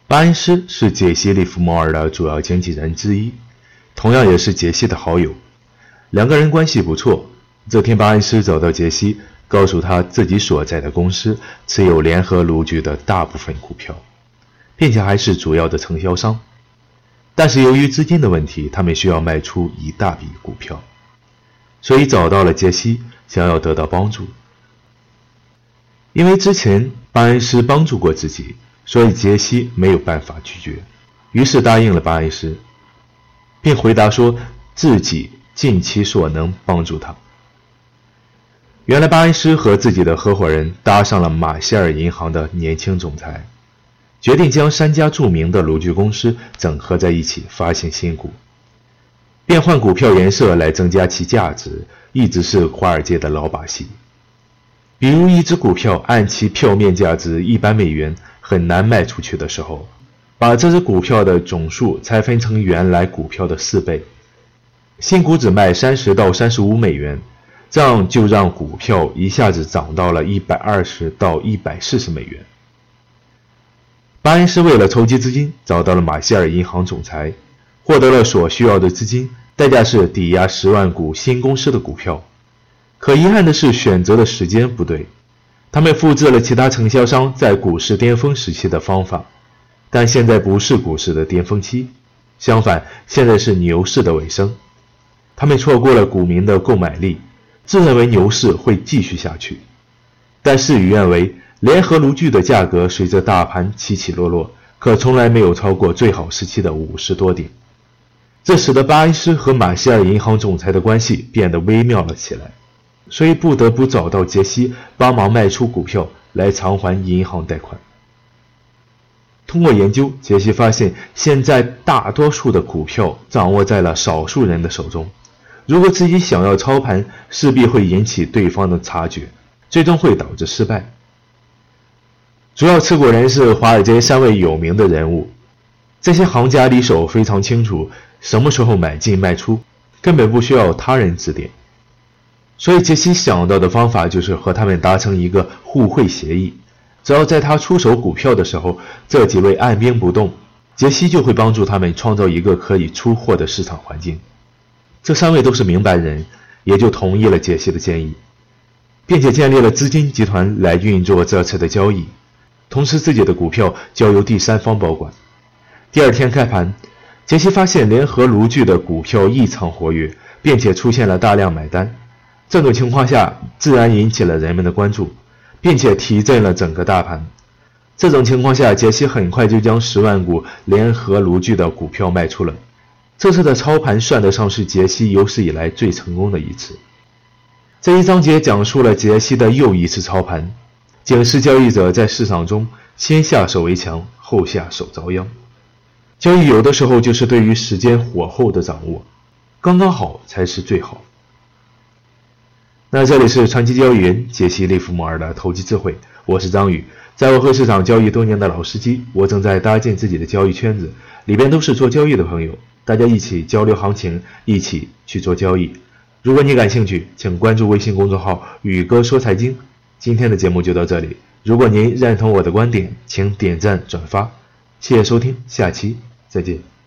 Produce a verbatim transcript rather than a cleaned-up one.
巴恩斯是杰西·利弗莫尔的主要经纪人之一，同样也是杰西的好友，两个人关系不错。这天，巴恩斯找到杰西，告诉他自己所在的公司持有联合炉具的大部分股票，并且还是主要的承销商。但是由于资金的问题，他们需要卖出一大笔股票，所以找到了杰西，想要得到帮助。因为之前巴恩斯帮助过自己，所以杰西没有办法拒绝，于是答应了巴恩斯，并回答说自己尽其所能帮助他。原来巴恩斯和自己的合伙人搭上了马歇尔银行的年轻总裁，决定将三家著名的炉具公司整合在一起发行新股，变换股票颜色来增加其价值，一直是华尔街的老把戏。比如一只股票按其票面价值一百美元很难卖出去的时候，把这只股票的总数拆分成原来股票的四倍，新股只卖三十到三十五美元，这样就让股票一下子涨到了一百二十到一百四十美元。巴恩斯为了筹集资金，找到了马歇尔银行总裁，获得了所需要的资金，代价是抵押十万股新公司的股票。可遗憾的是，选择的时间不对，他们复制了其他承销商在股市巅峰时期的方法，但现在不是股市的巅峰期，相反，现在是牛市的尾声。他们错过了股民的购买力，自认为牛市会继续下去。但事与愿违，联合炉具的价格随着大盘起起落落，可从来没有超过最好时期的五十多点。这使得巴恩斯和马歇尔银行总裁的关系变得微妙了起来，所以不得不找到杰西帮忙卖出股票来偿还银行贷款。通过研究，杰西发现现在大多数的股票掌握在了少数人的手中，如果自己想要操盘，势必会引起对方的察觉，最终会导致失败。主要持股人是华尔街三位有名的人物，这些行家里手非常清楚什么时候买进卖出，根本不需要他人指点。所以杰西想到的方法就是和他们达成一个互惠协议，只要在他出手股票的时候，这几位按兵不动，杰西就会帮助他们创造一个可以出货的市场环境。这三位都是明白人，也就同意了杰西的建议，并且建立了资金集团来运作这次的交易，同时自己的股票交由第三方保管。第二天开盘，杰西发现联合炉具的股票异常活跃，并且出现了大量买单。这种情况下自然引起了人们的关注，并且提振了整个大盘。这种情况下，杰西很快就将十万股联合炉具的股票卖出了。这次的操盘算得上是杰西有史以来最成功的一次。这一章节讲述了杰西的又一次操盘，警示交易者在市场中先下手为强，后下手遭殃。交易有的时候就是对于时间火候的掌握，刚刚好才是最好。那这里是传奇交易员杰西·利弗莫尔的投机智慧，我是张宇，在我和市场交易多年的老司机，我正在搭建自己的交易圈子，里边都是做交易的朋友，大家一起交流行情，一起去做交易。如果你感兴趣，请关注微信公众号宇哥说财经。今天的节目就到这里，如果您认同我的观点，请点赞转发，谢谢收听，下期再见。